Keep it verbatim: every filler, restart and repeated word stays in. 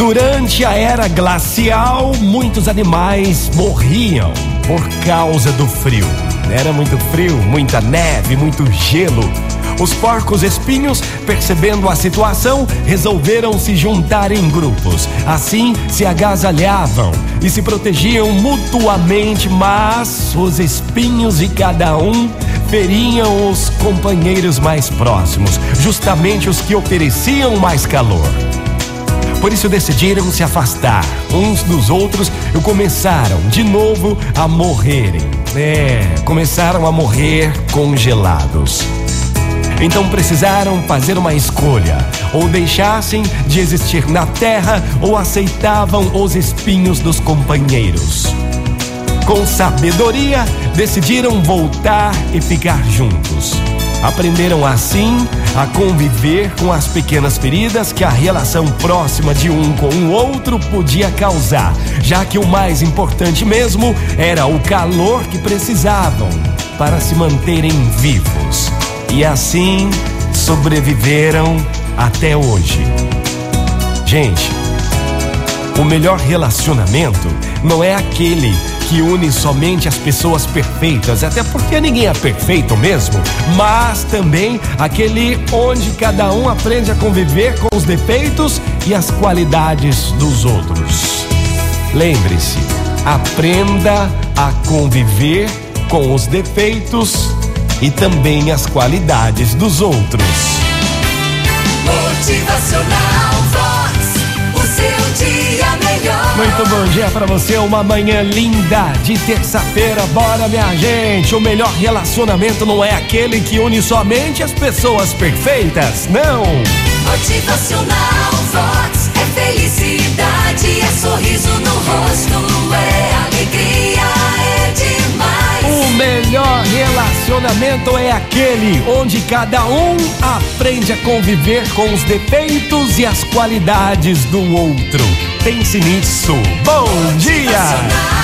Durante a era glacial, muitos animais morriam por causa do frio. Era muito frio, muita neve, muito gelo. Os porcos espinhos, percebendo a situação, resolveram se juntar em grupos. Assim, se agasalhavam e se protegiam mutuamente, mas os espinhos de cada um feriam os companheiros mais próximos, justamente os que ofereciam mais calor. Por isso decidiram se afastar uns dos outros e começaram de novo a morrerem. É, começaram a morrer congelados. Então precisaram fazer uma escolha: ou deixassem de existir na terra ou aceitavam os espinhos dos companheiros. Com sabedoria, decidiram voltar e ficar juntos. Aprenderam assim a conviver com as pequenas feridas que a relação próxima de um com o outro podia causar, já que o mais importante mesmo era o calor que precisavam para se manterem vivos. E assim sobreviveram até hoje. Gente, o melhor relacionamento não é aquele que une somente as pessoas perfeitas, até porque ninguém é perfeito mesmo, mas também aquele onde cada um aprende a conviver com os defeitos e as qualidades dos outros. Lembre-se, aprenda a conviver com os defeitos e também as qualidades dos outros. Motivacional Vox, o seu dia melhor. Muito bom dia pra você, uma manhã linda de terça-feira. Bora, minha gente, o melhor relacionamento não é aquele que une somente as pessoas perfeitas, não. Motivacional Vox é felicidade, é sorriso no rosto, é alegria, é demais. O melhor relacionamento é aquele onde cada um aprende a conviver com os defeitos e as qualidades do outro. Pense nisso. Bom dia!